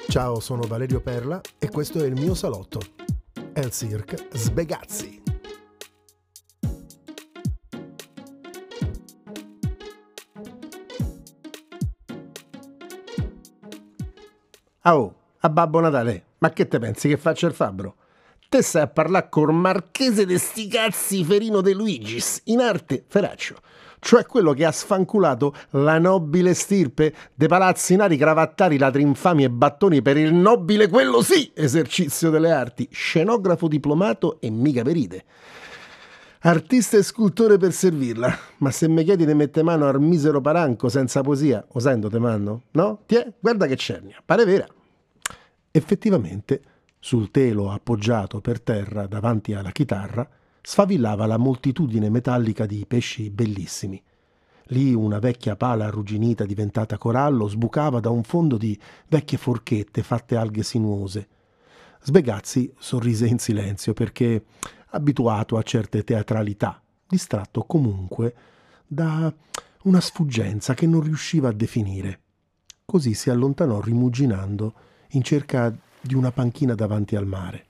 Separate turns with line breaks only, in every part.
Ciao, sono Valerio Perla e questo è il mio salotto. El Cirque Sbegazzi.
Oh, a Babbo Natale, ma che te pensi che faccia il fabbro? Te stai a parlare col marchese de sti cazzi Ferino De Luigis, in arte Feraccio, cioè quello che ha sfanculato la nobile stirpe de palazzinari, cravattari, ladri infami e battoni per il nobile, quello sì, esercizio delle arti, scenografo diplomato e mica perite. Artista e scultore per servirla, ma se mi chiedi di mette mano al misero paranco senza poesia, o sento te mando? No? Tiè, guarda che cernia, pare vera. Effettivamente, sul telo appoggiato per terra davanti alla chitarra, sfavillava la moltitudine metallica di pesci bellissimi. Lì una vecchia pala arrugginita diventata corallo sbucava da un fondo di vecchie forchette fatte alghe sinuose. Sbegazzi sorrise in silenzio perché, abituato a certe teatralità, distratto comunque da una sfuggenza che non riusciva a definire. Così si allontanò rimuginando in cerca di una panchina davanti al mare.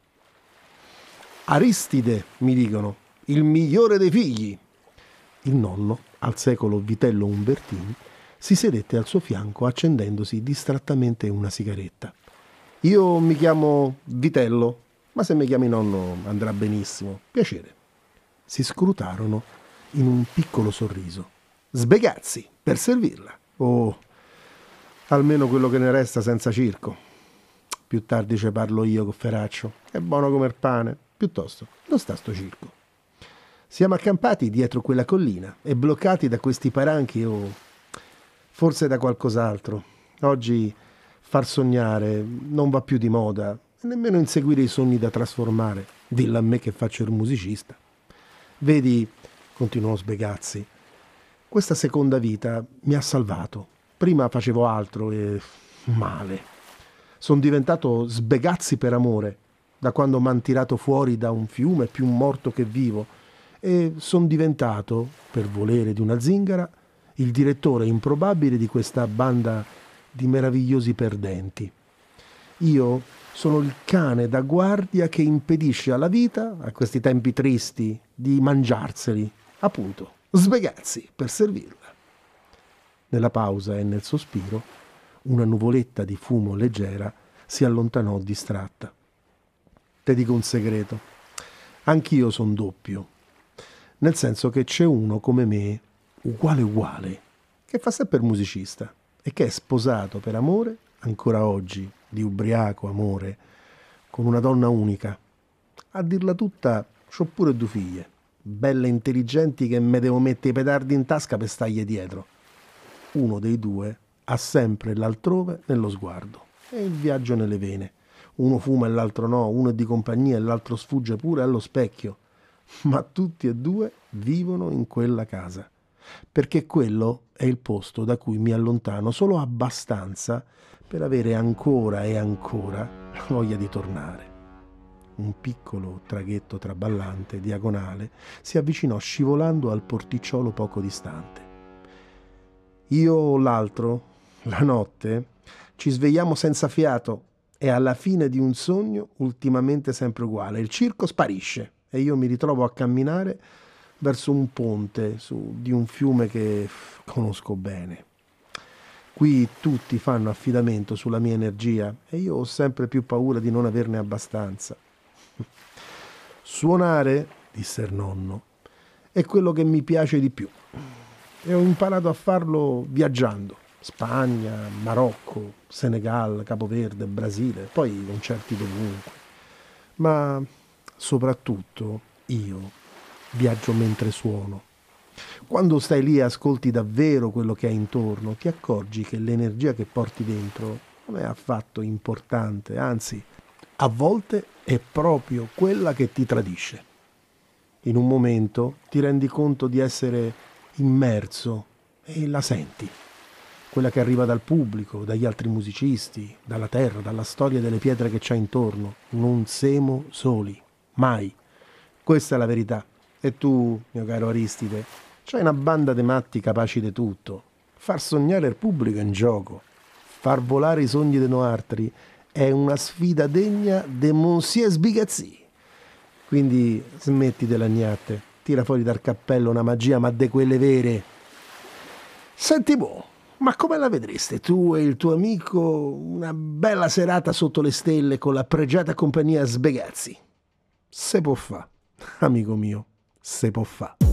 Aristide, mi dicono, il migliore dei figli. Il nonno, al secolo Vitello Umbertini, si sedette al suo fianco accendendosi distrattamente una sigaretta. Io mi chiamo Vitello, ma se mi chiami nonno andrà benissimo. Piacere. Si scrutarono in un piccolo sorriso. Sbegazzi, per servirla. Oh, almeno quello che ne resta senza circo. Più tardi ce parlo io con Feraccio. È buono come il pane. Piuttosto, dove sta sto circo? Siamo accampati dietro quella collina e bloccati da questi paranchi o forse da qualcos'altro. Oggi far sognare non va più di moda, e nemmeno inseguire i sogni da trasformare. Dillo a me che faccio il musicista. Vedi, continuò Sbegazzi, questa seconda vita mi ha salvato. Prima facevo altro e male. Sono diventato Sbegazzi per amore, da quando m'han tirato fuori da un fiume più morto che vivo, e sono diventato, per volere di una zingara, il direttore improbabile di questa banda di meravigliosi perdenti. Io sono il cane da guardia che impedisce alla vita, a questi tempi tristi, di mangiarseli. Appunto, Sbegazzi per servirla. Nella pausa e nel sospiro, una nuvoletta di fumo leggera si allontanò distratta. Te dico un segreto. Anch'io son doppio. Nel senso che c'è uno come me, uguale, che fa sempre il musicista e che è sposato per amore, ancora oggi, di ubriaco amore, con una donna unica. A dirla tutta, c'ho pure 2 figlie, belle intelligenti che me devo mettere i petardi in tasca per stargli dietro. Uno dei 2 ha sempre l'altrove nello sguardo e il viaggio nelle vene. Uno fuma e l'altro no, uno è di compagnia e l'altro sfugge pure allo specchio. Ma tutti e 2 vivono in quella casa, perché quello è il posto da cui mi allontano solo abbastanza per avere ancora e ancora voglia di tornare. Un piccolo traghetto traballante, diagonale, si avvicinò scivolando al porticciolo poco distante. Io o l'altro, la notte, ci svegliamo senza fiato e alla fine di un sogno ultimamente sempre uguale. Il circo sparisce e io mi ritrovo a camminare verso un ponte di un fiume che conosco bene. Qui tutti fanno affidamento sulla mia energia e io ho sempre più paura di non averne abbastanza. Suonare, disse il nonno, è quello che mi piace di più e ho imparato a farlo viaggiando. Spagna, Marocco, Senegal, Capoverde, Brasile, poi concerti dovunque. Ma soprattutto io viaggio mentre suono. Quando stai lì e ascolti davvero quello che hai intorno, ti accorgi che l'energia che porti dentro non è affatto importante, anzi, a volte è proprio quella che ti tradisce. In un momento ti rendi conto di essere immerso e la senti. Quella che arriva dal pubblico, dagli altri musicisti, dalla terra, dalla storia delle pietre che c'hai intorno. Non siamo soli, mai. Questa è la verità. E tu, mio caro Aristide, c'hai una banda di matti capaci di tutto. Far sognare il pubblico è in gioco. Far volare i sogni dei altri è una sfida degna de Monsieur Sbigazzi. Quindi smetti della gnatte, tira fuori dal cappello una magia, ma de quelle vere. Senti ma come la vedreste tu e il tuo amico una bella serata sotto le stelle con la pregiata compagnia Sbegazzi? Se può fa, amico mio, se può fa.